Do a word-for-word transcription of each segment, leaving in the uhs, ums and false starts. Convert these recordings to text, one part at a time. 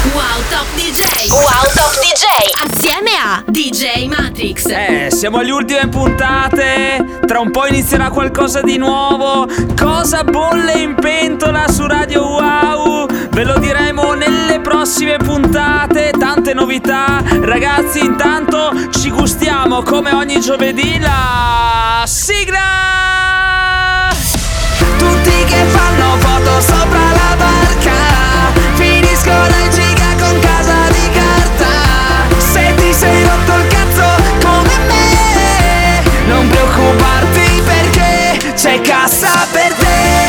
Wow Top D J. Wow Top D J. Assieme a D J Matrix. Eh, siamo alle ultime puntate. Tra un po' inizierà qualcosa di nuovo. Cosa bolle in pentola su Radio Wow? Ve lo diremo nelle prossime puntate. Tante novità. Ragazzi, intanto ci gustiamo come ogni giovedì la sigla. Tutti che fanno foto sopra la barca finiscono in giga con casa di carta. Se ti sei rotto il cazzo come me, non preoccuparti perché c'è cassa per te.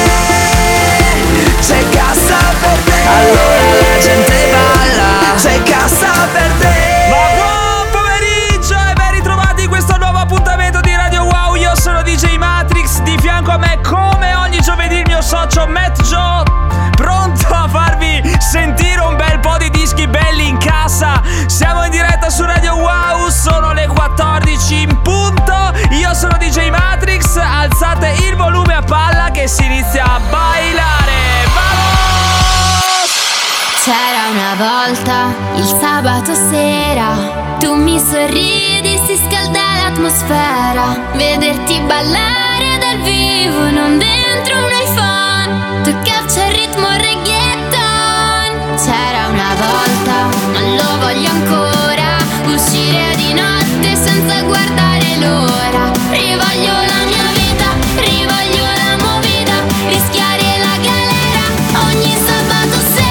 C'è cassa per te. Allora la gente balla. C'è cassa per te. Ma buon pomeriggio e ben ritrovati in questo nuovo appuntamento di Radio Wow. Io sono D J Matrix, di fianco a me come ogni giovedì il mio socio Matt Joe, pronto a farvi sentire un bel po' di dischi belli in cassa. Siamo in diretta su Radio Wow, sono le quattordici in punto. Io sono D J Matrix, alzate il volume a palla che si inizia a bailare. Vamos! C'era una volta, il sabato sera, tu mi sorridi, si scalda l'atmosfera. Vederti ballare dal vivo, non dentro un iPhone, tu caccia il ritmo reggaeton. C'era una volta, ma lo voglio ancora, uscire di notte senza guardare l'ora. Rivoglio la mia vita, rivoglio la movida, rischiare la galera ogni sabato sera.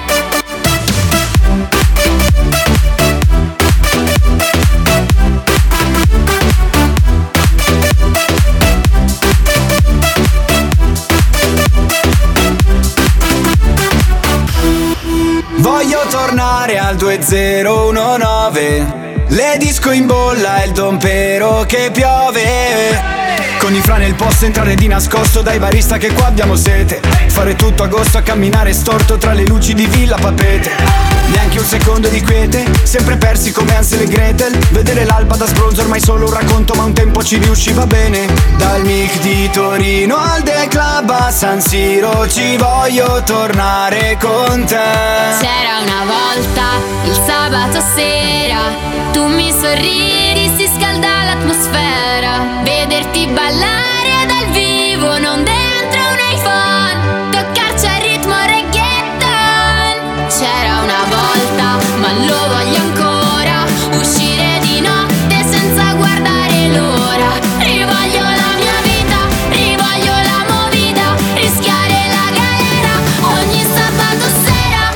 Voglio tornare al due zero uno nove, le disco in bolla e il dompero che piove. Con i fra nel posto, entrare di nascosto dai barista che qua abbiamo sete. Fare tutto agosto a camminare storto tra le luci di Villa Papete. Neanche un secondo di quiete, sempre persi come Hansel e Gretel. Vedere l'alba da sbronzo ormai solo un racconto, ma un tempo ci riusciva bene. Dal mic di Torino al The Club a San Siro ci voglio tornare con te. C'era una volta, il sabato sera, tu mi sorridi, si scalda l'atmosfera. Vederti ballare dal vivo, non dentro un iPhone, toccarci al ritmo reggaeton. C'era una volta, ma lo voglio ancora, uscire di notte senza guardare l'ora. Rivoglio la mia vita, rivoglio la movida, rischiare la galera ogni sabato sera.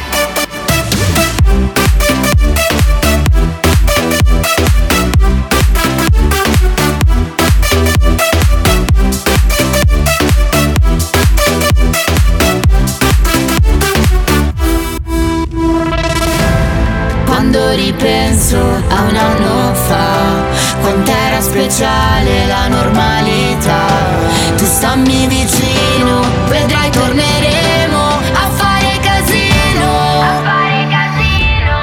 Quando ripenso a un anno fa, quant'era speciale la normalità. Tu stammi vicino, vedrai torneremo a fare casino. A fare casino.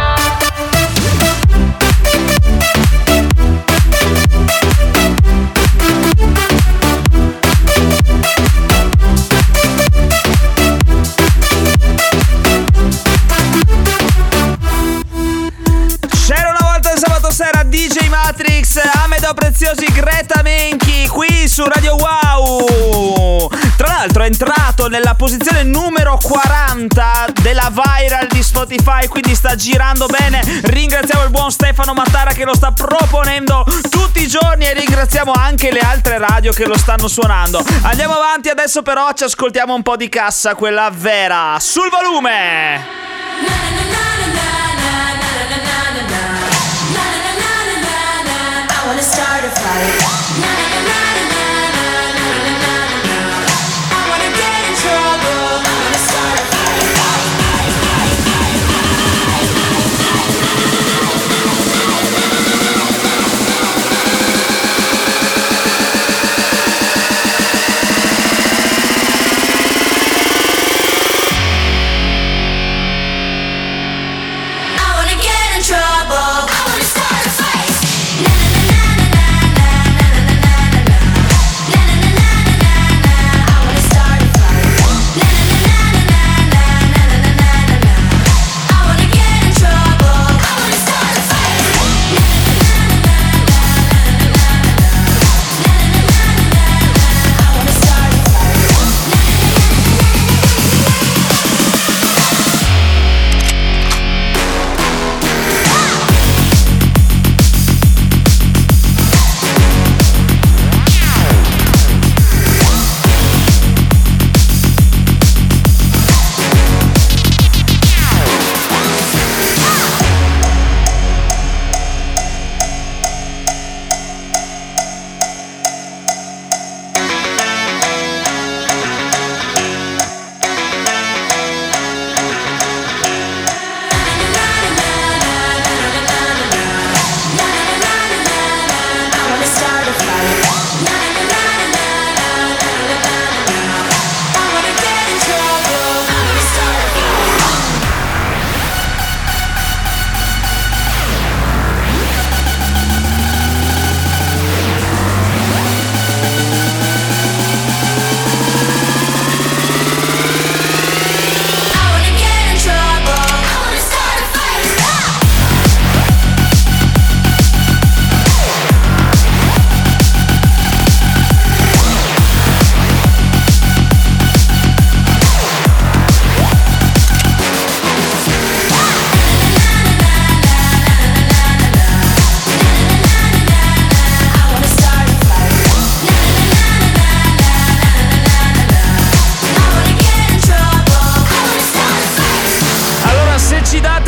C'era una volta il sabato sera D J Matrix, Amedeo Preziosi, Greta Menchi qui su Radio Wow. Tra l'altro è entrato nella posizione numero quaranta della viral di Spotify, quindi sta girando bene. Ringraziamo il buon Stefano Mattara che lo sta proponendo tutti i giorni e ringraziamo anche le altre radio che lo stanno suonando. Andiamo avanti, adesso però ci ascoltiamo un po' di cassa, quella vera, sul volume. Start a fight. Na, na, na, na, na, na, na, na, na. I wanna get in trouble. I wanna start a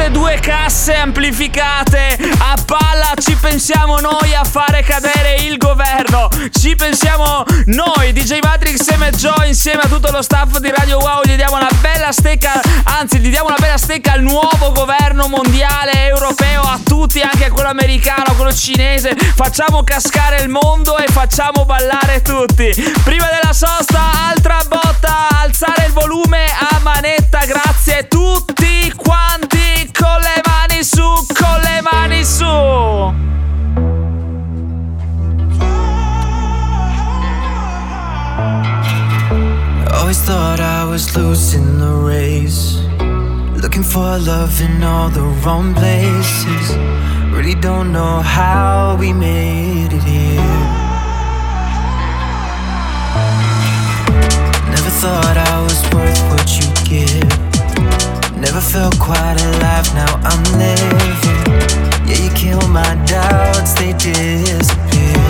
tutte e due casse amplificate. A palla ci pensiamo noi a fare cadere il governo. Ci pensiamo noi, D J Matrix e Matt Joe, insieme a tutto lo staff di Radio Wow. Gli diamo una bella stecca, anzi gli diamo una bella stecca al nuovo governo mondiale, europeo, a tutti, anche a quello americano, a quello cinese. Facciamo cascare il mondo e facciamo ballare tutti. Prima della sosta, altra botta, alzare il volume a manetta, grazie tutti quanti, con le mani su, con le mani su. Always thought I was losing the race, looking for love in all the wrong places. Really don't know how we made it here. Never thought I was worth what you give. Never felt quite alive, now I'm living. Yeah, you kill my doubts, they disappear.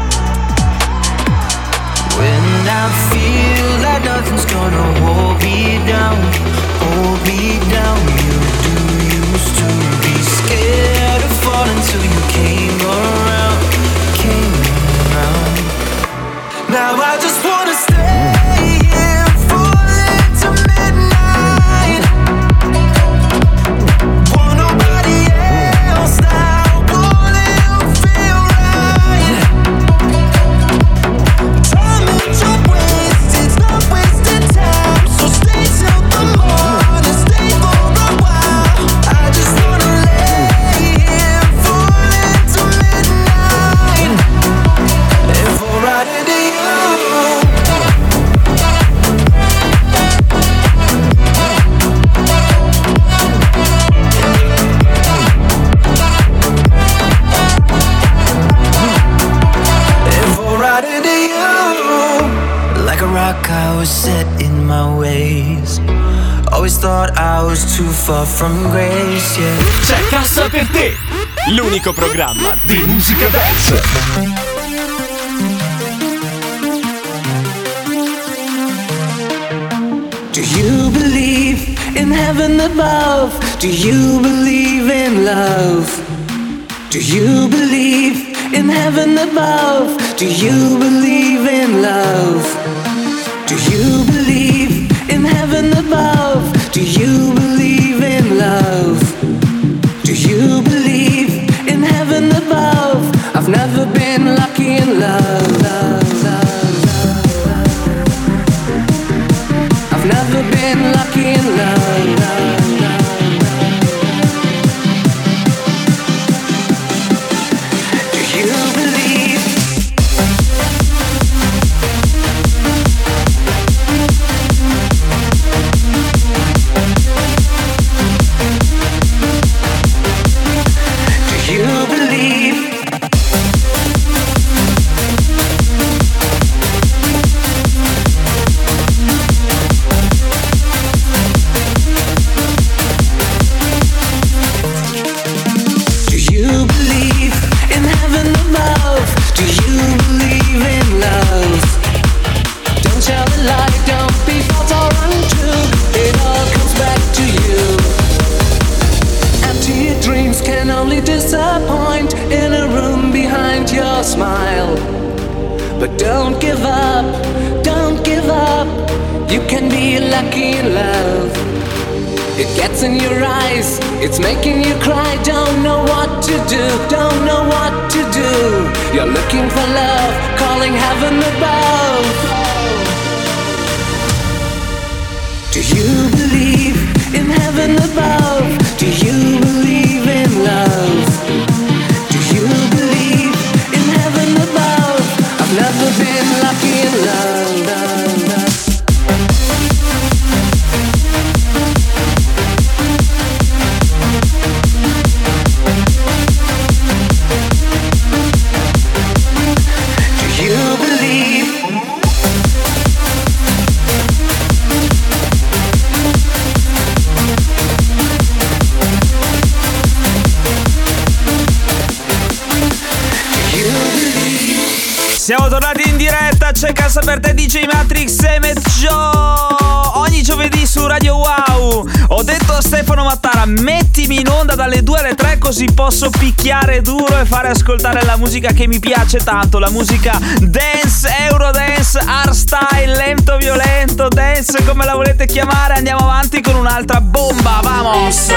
When I feel like nothing's gonna hold me down, hold me down. You do used to be scared of falling till you came around, came around. Now I just wanna stay here, falling to midnight. Want nobody else now, want it to feel right. Time is not wasted, not wasted time. So stay till the morning, stay for a while. I just wanna lay here, falling to midnight. And fall right into you. And fall right into you. Like a rock, I was set in my ways. Always thought I was too far from grace, yeah. C'è Cassa per te, l'unico programma di musica dance. Do you believe in heaven above? Do you believe in love? Do you believe in heaven above? Do you believe in love? Do you believe in heaven above? Do you believe in love? Do you believe in heaven above? I've never been lucky in love, love, love, love. I've never been lucky in love, love, love. Do you believe? Do you believe? Do you believe in heaven above? Do you believe in love? Don't tell a lie, don't be false or untrue. It all comes back to you. Empty dreams can only disappoint in a room behind your smile. But don't give up, don't give up. You can be lucky in love. It gets in your eyes, it's making you cry. Don't know what to do, don't know what to do. You're looking for love, calling heaven above. Do you believe in heaven above? Do you believe in love? Do you believe in heaven above? I've never been lucky in love, love, love. Do you believe? Siamo tornati in diretta, c'è Cassa per te, D J Matrix e Matt Joe. Ogni giovedì giovedì su Radio Wow. Ho detto a Stefano Mattara: mettimi in onda dalle due alle tre così posso picchiare duro e fare ascoltare la musica che mi piace tanto, la musica dance, eurodance, hardstyle, lento violento, dance come la volete chiamare. Andiamo avanti con un'altra bomba, vamos!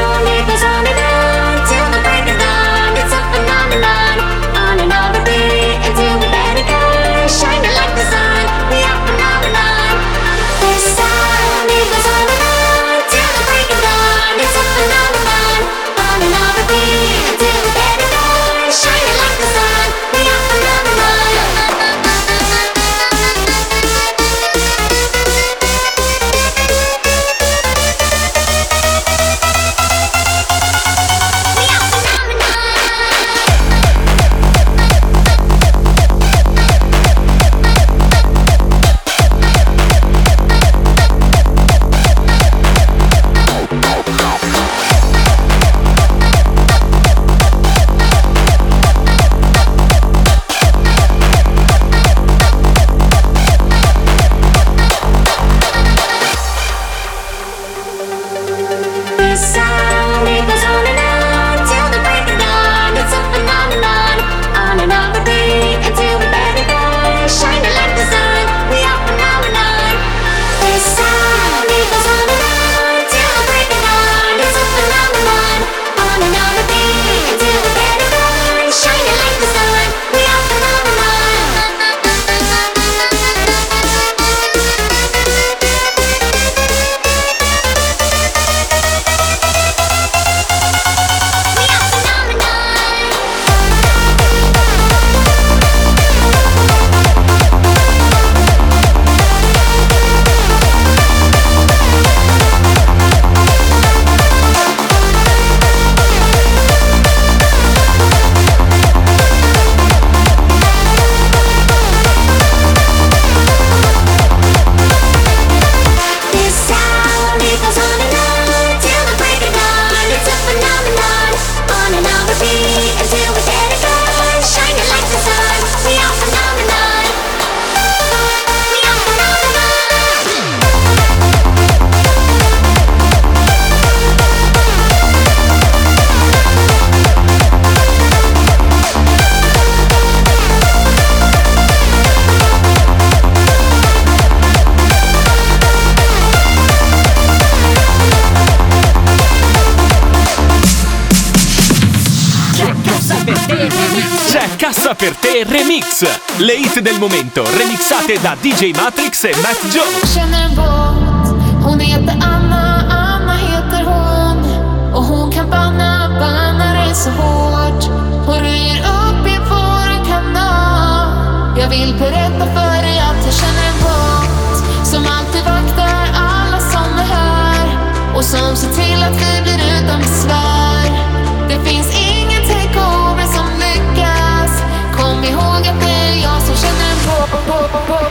Per te Remix, le hit del momento remixate da D J Matrix e Matt Jones. Känner en båt, hon heter Anna, Anna heter hon. Och hon kan banna, banna dig så hårt. Hon röjer upp i våran kanal. Jag vill berätta för dig att jag känner en båt som alltid vaktar alla som är här. Och som ser till att vi blir utan besvär. Det finns ingen takeover som lyckas. Kom ihåg att det är jag som känner en båt.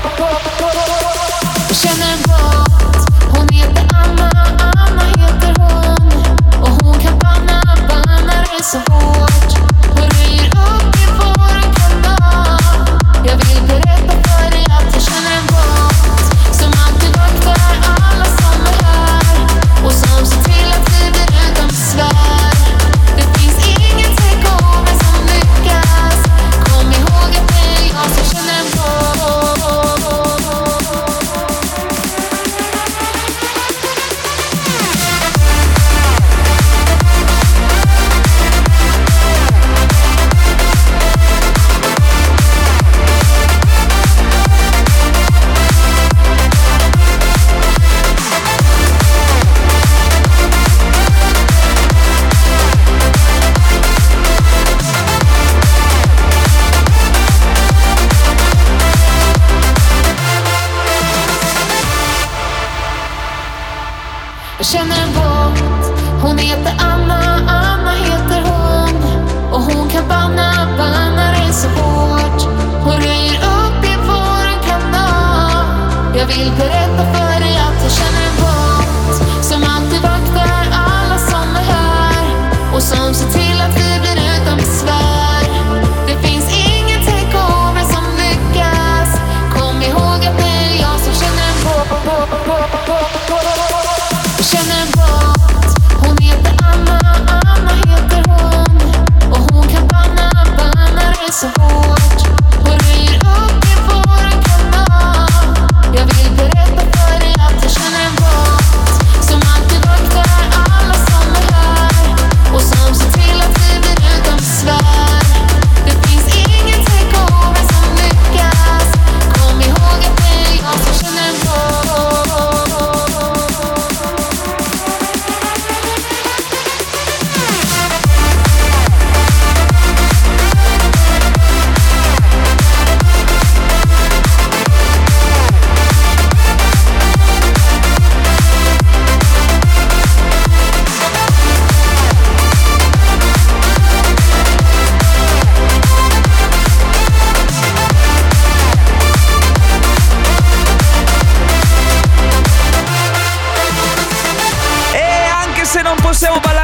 Jag känner en båt. Hon heter Anna, Anna heter hon. Och hon kan banna, banna dig så hårt. Hon röjer upp i våran kanal. Jag vill berätta för dig att jag känner en båt som alltid vaktar alla som är här. Och som ser till att vi blir utan besvär. Det finns ingen takeover som lyckas. Kom ihåg att det är jag som känner en båt. Jag känner en båt, hon heter Anna, Anna heter hon. Och hon kan banna, banna dig så hårt. Hon röjer upp i våran kanal. Jag vill berätta för dig att jag känner en båt som alltid vaktar alla som är här. Och som ser till att vi blir utan besvär. Det finns ingen takeover som lyckas. Kom ihåg att det är jag som känner en båt.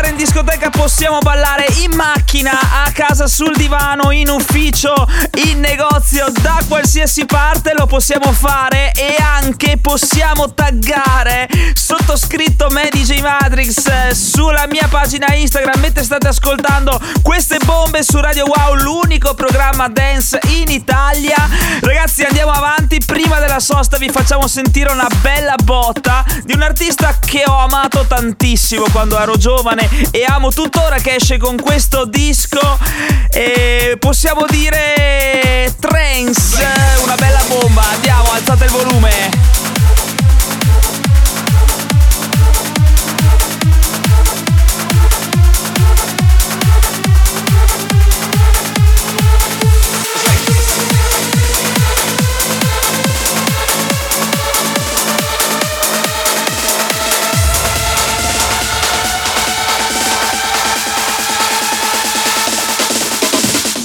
in discoteca, possiamo ballare in macchina, a casa, sul divano, in ufficio, in negozio, da qualsiasi parte lo possiamo fare. E anche possiamo taggare sottoscritto me D J Matrix sulla mia pagina Instagram mentre state ascoltando queste bombe su Radio Wow, l'unico programma dance in Italia. Ragazzi, andiamo avanti. Prima della sosta vi facciamo sentire una bella botta di un artista che ho amato tantissimo quando ero giovane e amo tuttora, che esce con questo disco, e possiamo dire trance, una bella bomba. Andiamo, alzate il volume.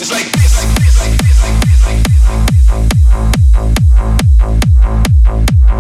Like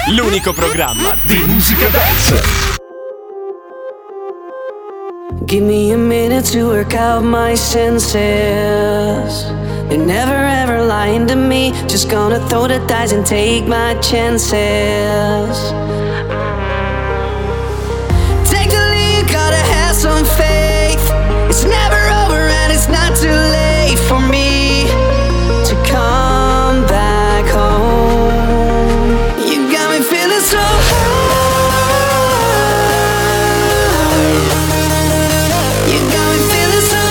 l'unico programma di musica dance. Give me a minute to work out my senses. They're never ever lying to me. Just gonna throw the dice and take my chances. Take the lead, gotta have some faith. It's never over and it's not too late for me to come back home. You got me feeling so high. You got me feeling so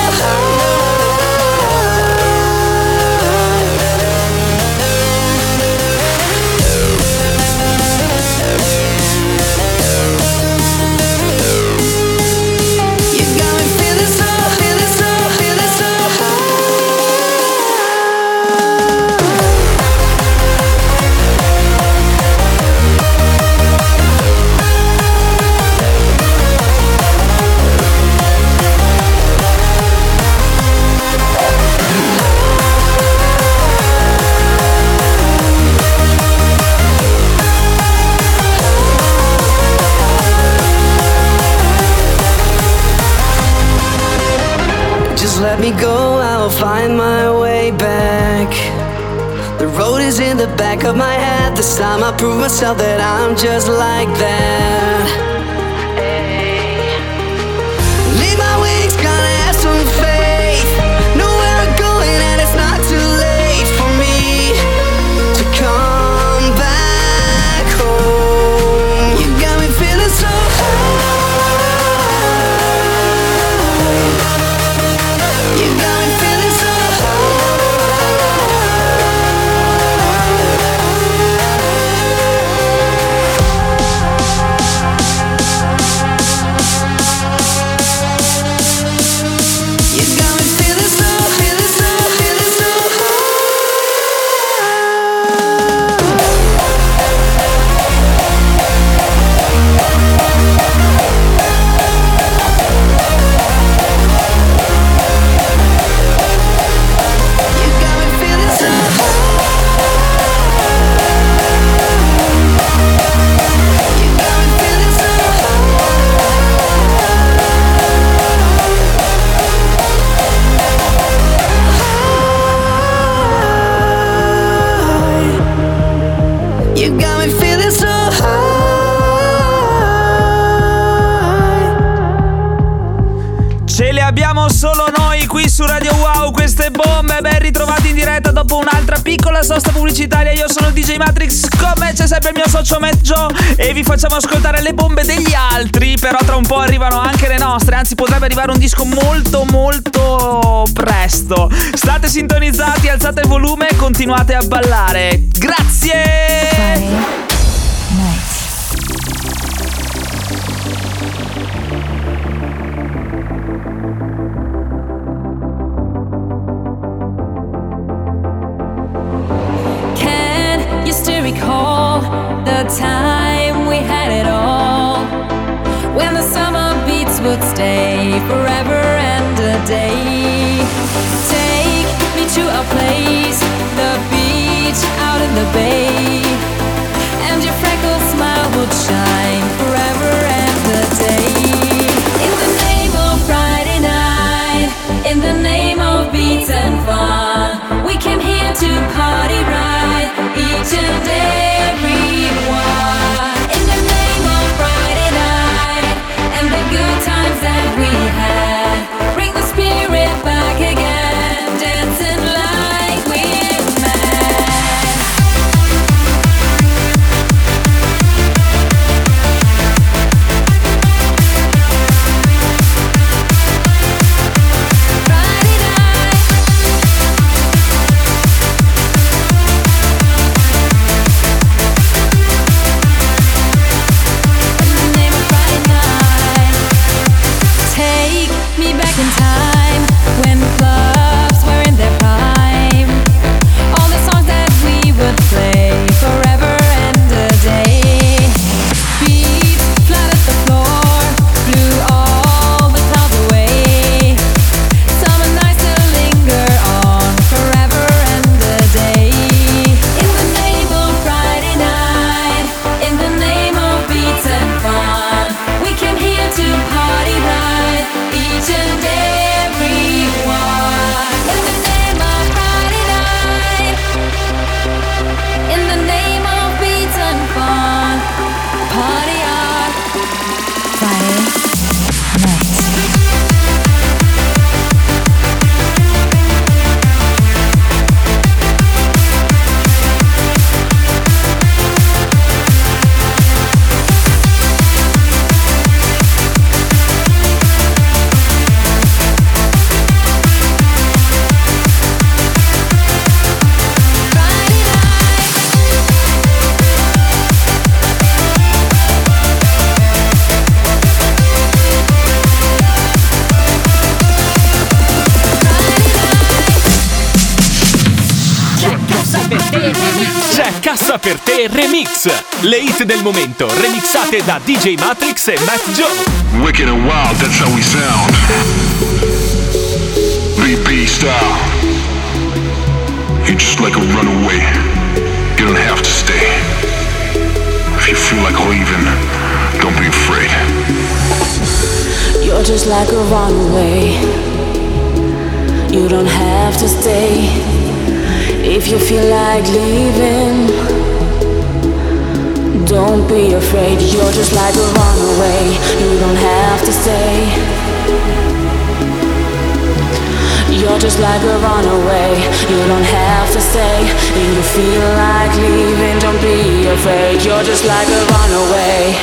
let me go, I'll find my way back. The road is in the back of my head. This time I prove myself that I'm just like that. Leave my wings, gonna have some faith. Know where I'm going and it's not too late for me to come back home. You got me feeling so high. You got me feeling so You got me feeling so, feeling so, feeling so You got me feeling so You got me feeling so You got me feeling so high. Ce le abbiamo solo noi qui su Radio Wow, queste bombe. Ben ritrovati in diretta dopo un'altra piccola sosta pubblicitaria. Io sono D J Matrix, con me c'è sempre il mio socio Matt Joe e vi facciamo ascoltare le bombe degli altri. Però tra un po' arrivano anche le nostre, anzi potrebbe arrivare un disco molto molto presto. State sintonizzati, alzate il volume e continuate a ballare. Grazie! Can you still recall the time we had it all? When the summer beats would stay forever and a day. Take me to a place, the beach out in the bay, and your freckled smile would shine forever and a day. In the name of Friday night, in the name of beats and fun, we came here to party right, each and every one. In the name of Friday night, and the good times that we had, bring the spirit back again, dancing like we're mad. c'è Cassa per te Remix. Le hit del momento remixate da D J Matrix e Matt Joe. Wicked and wild, that's how we sound. B B style. You're just like a runaway. You don't have to stay. If you feel like leaving, don't be afraid. You're just like a runaway. You don't have to stay. If you feel like leaving, don't be afraid. You're just like a runaway. You don't have to stay. You're just like a runaway. You don't have to stay. If you feel like leaving, don't be afraid. You're just like a runaway.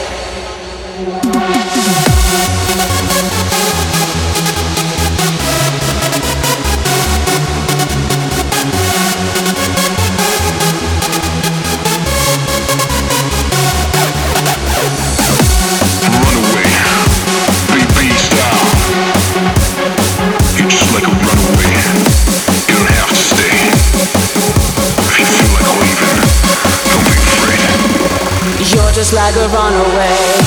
Just like a runaway.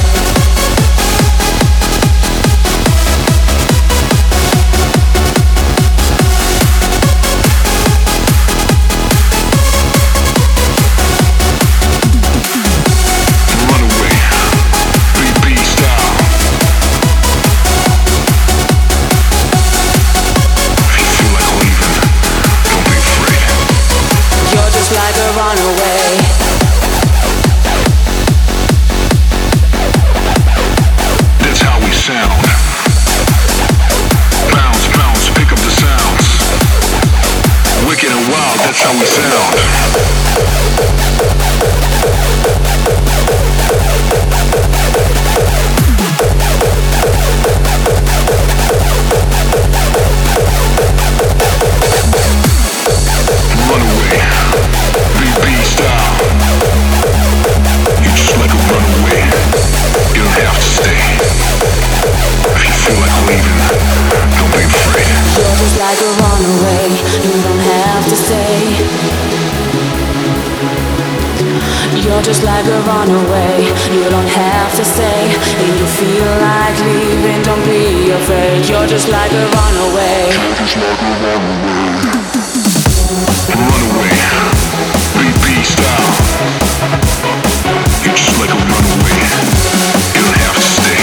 Just like a runaway, you don't have to stay. If you feel like leaving, don't be afraid. You're just like a runaway. Runaway, B B style. You're just like a runaway. You don't have to stay.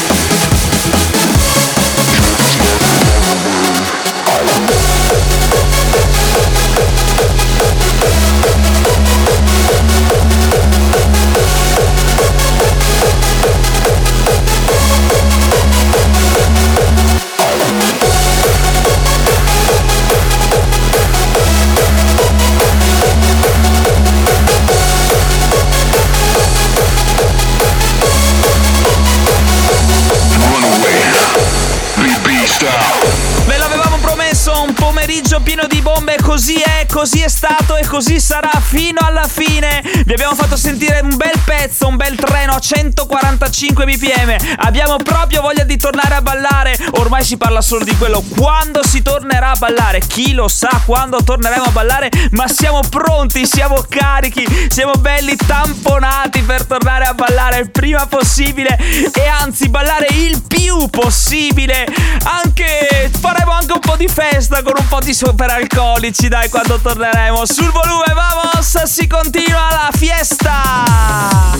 Ve l'avevamo promesso, un pomeriggio pieno di bombe, così è, così è stato e così sarà fino alla fine. Vi abbiamo fatto sentire un bel pezzo, un bel treno a centoquarantacinque bpm. Abbiamo proprio voglia di tornare a ballare. Ormai si parla solo di quello, quando si tornerà a ballare. Chi lo sa quando torneremo a ballare, ma siamo pronti, siamo carichi, siamo belli tamponati per tornare a ballare il prima possibile. E anzi ballare il più possibile. Anche faremo anche un po' di festa con un po' di superalcolici, dai, quando torneremo. Sul volume, vamos, si continua la fiesta.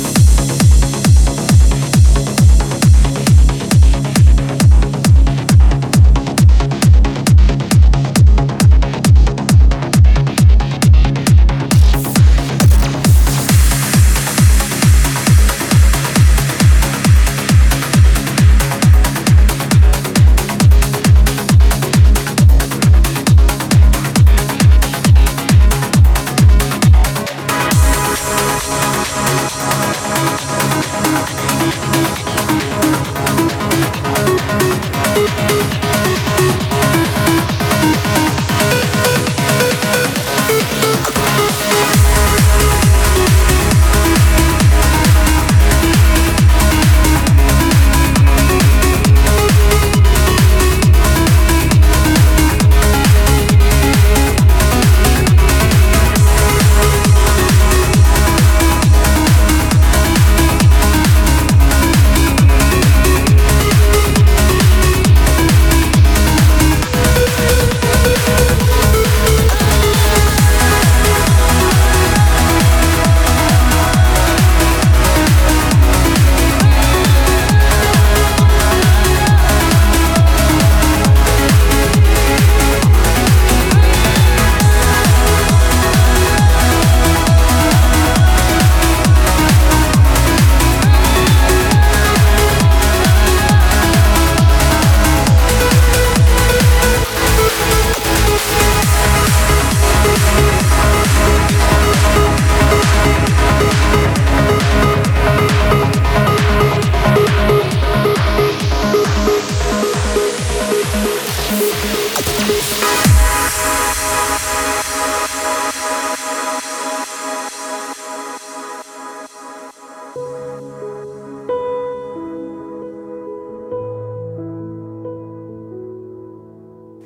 We'll be right back.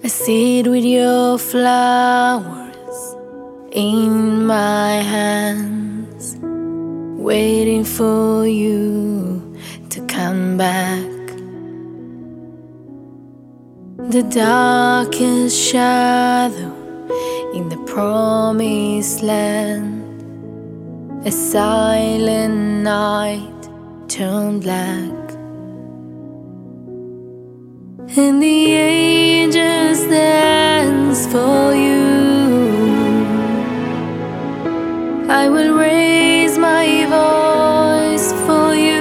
I sit with your flowers in my hands, waiting for you to come back. The darkest shadow in the promised land, a silent night turned black, and the angels dance for you. I will raise my voice for you.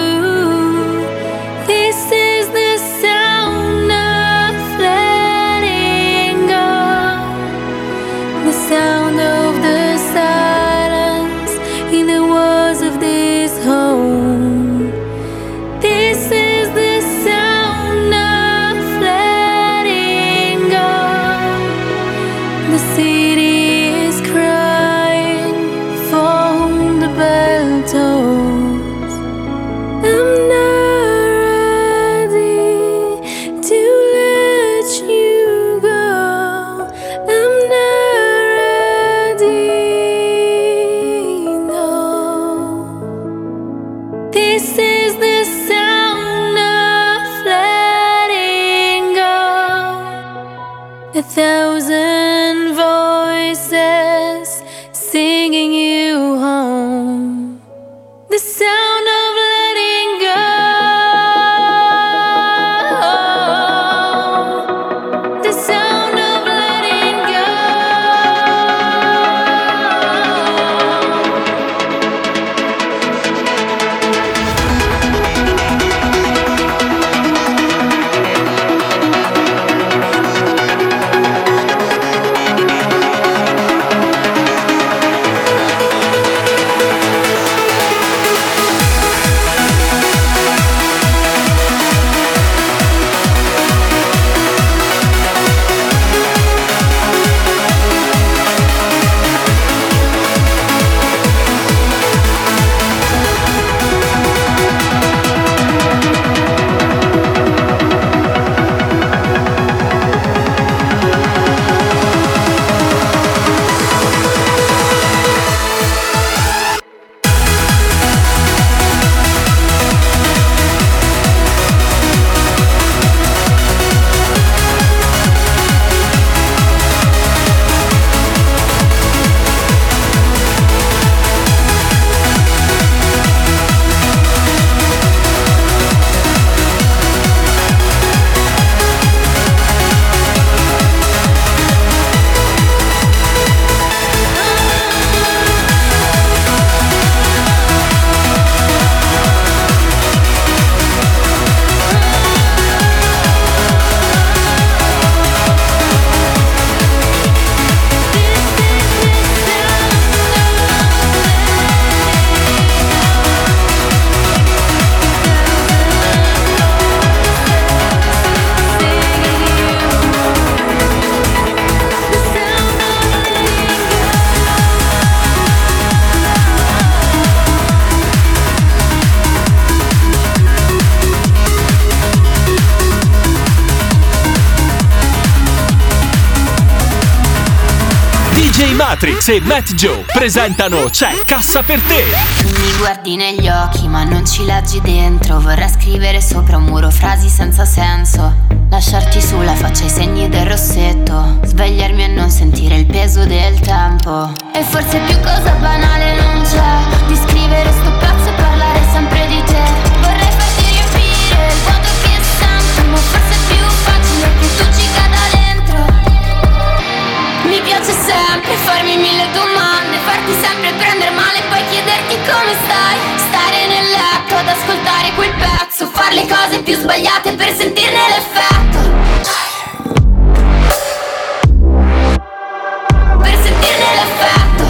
This is the sound of letting go, the sound of the silence in the walls of this home. This is the sound of letting go. The city is crying for the bell tolls. I'm not ready to let you go. I'm not ready, no. This is the sound of letting go. A thousand voices singing you home. The sound of letting go. The sound of letting go. D J Matrix e Matt Joe presentano C'è Cassa per te. Mi guardi negli occhi ma non ci leggi dentro. Vorrei scrivere sopra un muro frasi senza senso, lasciarti sulla faccia i segni del rossetto, svegliarmi e non sentire il peso del tempo. E forse più cosa banale non c'è di scrivere sto pezzo e parlare sempre di te. Vorrei farti riempire il vuoto che sento, ma forse è più facile che tu ci cada dentro. Mi piace sempre farmi mille domande, farti sempre prendere male, poi chiederti come stai. Stare nel letto ad ascoltare quel pezzo, fare le cose più sbagliate per sentirne l'effetto. Per sentirne l'effetto.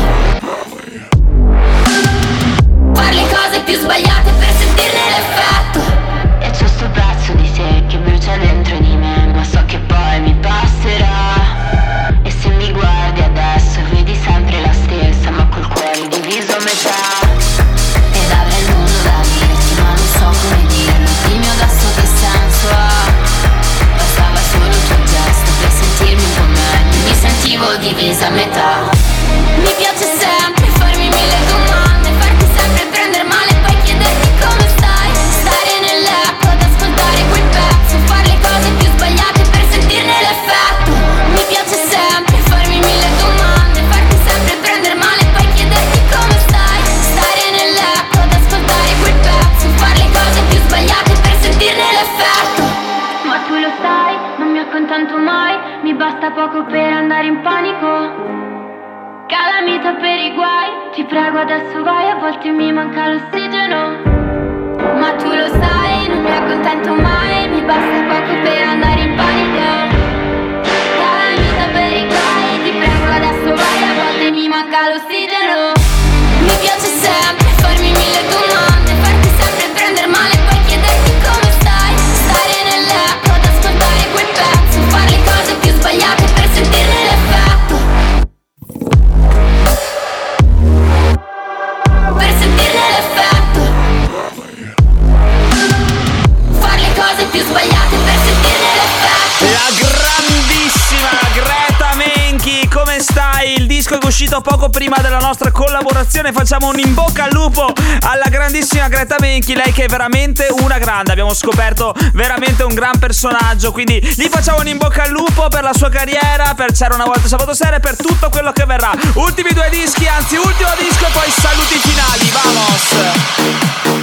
Fare le cose più sbagliate per sentirne l'effetto. E c'è sto pezzo di te che brucia dentro di me, ma so che poi mi passerà. E se mi guardi adesso vedi sempre la stessa, ma col cuore diviso a metà. Ed avrei il mondo da dirti ma non so come dirlo. Dimmi adesso che senti. vivo divisa a metà. Mi piace sempre farmi mille domande, farti sempre prendere male, poi chiederti come stai. Stare nel letto ad ascoltare quel pezzo, fare le cose più sbagliate per sentirne l'effetto. Mi piace sempre farmi mille domande, farti sempre prendere male, poi chiederti come stai. Stare nel letto ad ascoltare quel pezzo, fare le cose più sbagliate per sentirne l'effetto. Ma tu lo sai, non mi accontento mai, mi basta poco per andare in panico. Calamita per i guai, ti prego adesso vai, a volte mi manca l'ossigeno. Ma tu lo sai, non mi accontento mai, mi basta poco per andare in panico. Calamita per i guai, ti prego adesso vai, a volte mi manca l'ossigeno. Mi piace sempre farmi mille domande, farti sempre prendere male, poi chiederti come stai. Stare nel letto ad ascoltare quel pezzo, fare le cose più sbagliate per sentirne l'effetto. Per sentirne l'effetto. Fare le cose più sbagliate per sentirne l'effetto. La grandissima Greta Menchi, come stai? Il disco è uscito poco prima della nostra collaborazione. Facciamo un in bocca al lupo alla grandissima Greta Menchi, lei che è veramente una grande. Abbiamo scoperto veramente un gran personaggio, quindi gli facciamo un in bocca al lupo per la sua carriera, per C'era una volta sabato sera e per tutto quello che verrà. Ultimi due dischi, anzi ultimo disco e poi saluti finali. Vamos!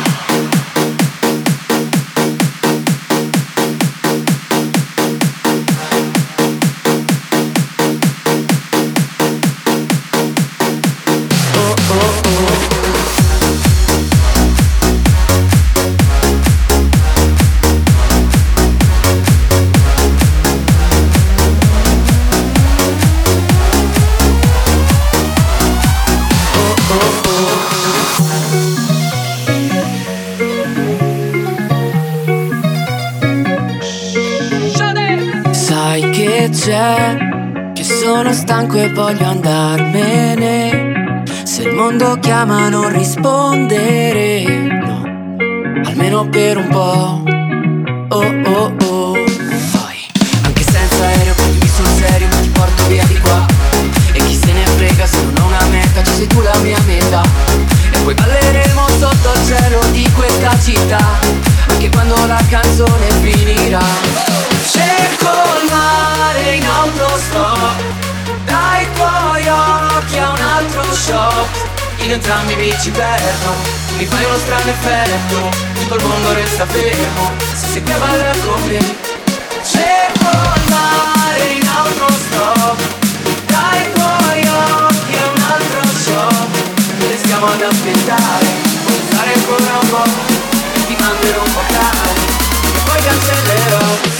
Sai che c'è, che sono stanco e voglio andarmene. Se il mondo chiama non rispondere, no, almeno per un po'. Oh oh oh. Poi, anche senza aereo quindi sul serio ti porto via di qua. E chi se ne frega se non ho una meta, ci sei tu la mia meta. E poi balleremo sotto il cielo di questa città, anche quando la canzone finirà. Cerco il mare in autostop, dai tuoi occhi a un altro shot. In entrambi mi ci perdo, mi fai uno strano effetto, tutto il mondo resta fermo, se sei qui a ballare con me. Cerco il mare in autostop, dai tuoi occhi a un altro shot. Restiamo ad aspettare, vuoi stare ancora un po', ti manderò un vocale e poi cancellerò.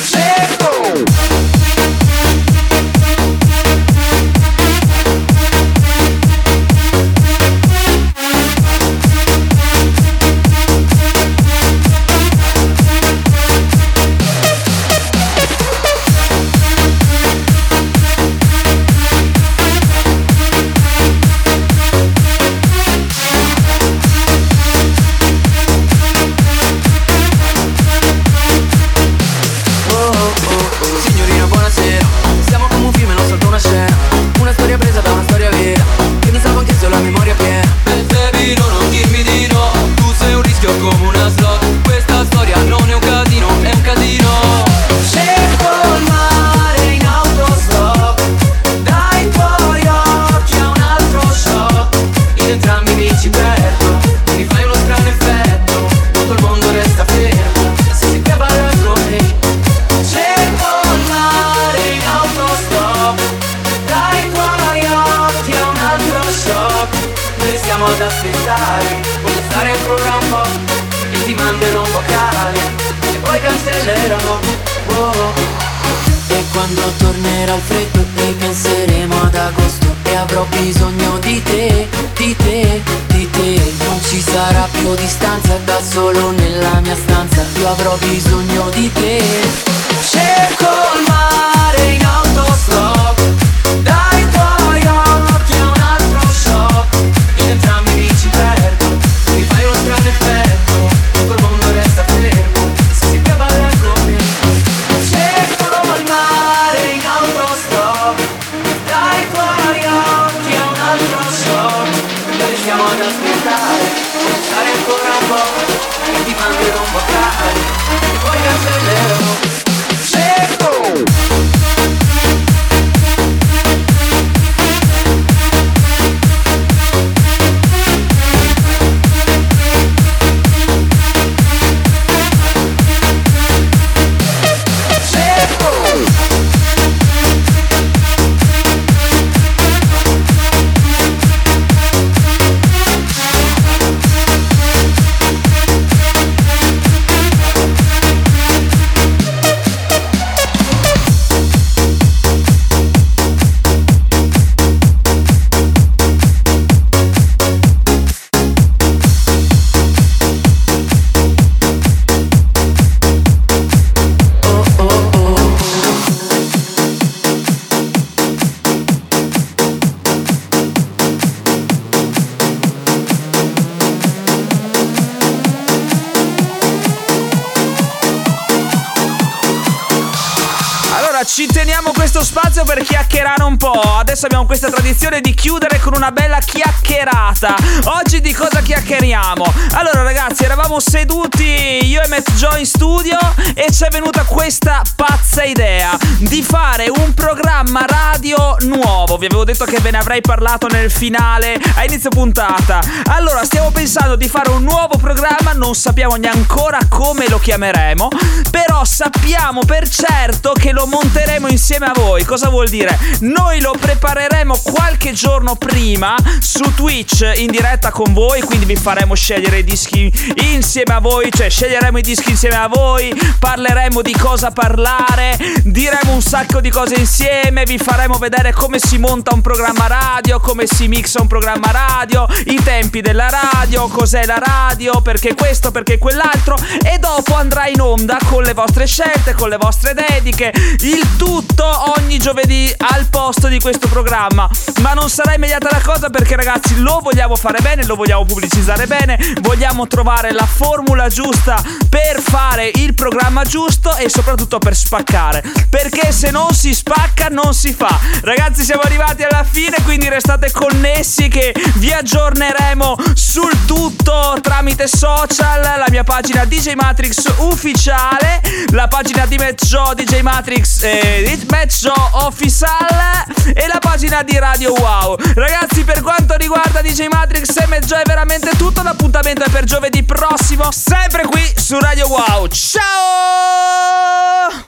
ad aspettare, voglio stare ancora un po' e ti manderò un vocale e poi cancellerò. Oh. E quando tornerà il freddo ripenseremo ad agosto e avrò bisogno di te, di te, di te. Non ci sarà più distanza, da solo nella mia stanza io avrò bisogno di te. Cerco il mare in autostop, dai tuoi occhi a un altro shock. In entrambi mi ci perdo, mi fai uno strano effetto, tutto il mondo resta fermo, se si piove con me. Cerco il mare in autostop, Allora, ci teniamo questo spazio per chiacchierare un po'. Adesso abbiamo questa tradizione di chiudere con una bella chiacchierata. Oggi di cosa chiacchieriamo? Allora ragazzi, eravamo seduti io e Matt Joe in studio e ci è venuta questa pazza idea di fare un programma radio nuovo. Vi avevo detto che ve ne avrei parlato nel finale a inizio puntata. Allora, stiamo pensando di fare un nuovo programma, non sappiamo neanche ancora come lo chiameremo, però sappiamo per certo che lo monteremo insieme a voi. Cosa vuol dire? Noi lo prepareremo qualche giorno prima su Twitch in diretta con voi, quindi vi faremo scegliere i dischi insieme a voi, cioè sceglieremo i dischi insieme a voi, parleremo di cosa parlare, diremo un sacco di cose insieme, vi faremo vedere come si monta un programma radio, come si mixa un programma radio, i tempi della radio, cos'è la radio, perché questo, perché quell'altro, e dopo andrà in onda con le vostre scelte, con le vostre dediche, il tutto ogni giovedì al posto di questo programma. Ma non sarà immediata la cosa, perché ragazzi lo vogliamo fare bene, lo vogliamo pubblicizzare bene, vogliamo trovare la formula giusta per fare il programma giusto e soprattutto per spaccare, perché se non si spacca non si fa. Ragazzi, siamo arrivati alla fine, quindi restate connessi che vi aggiorneremo sul tutto tramite social, la mia pagina D J Matrix ufficiale, la pagina di Matt Joe D J Matrix eh, Matt Joe Official e la pagina di Radio Wow. Ragazzi, per quanto riguarda D J Matrix e Matt Joe è veramente tutto. L'appuntamento è per giovedì prossimo, sempre qui su Radio Wow. Ciao!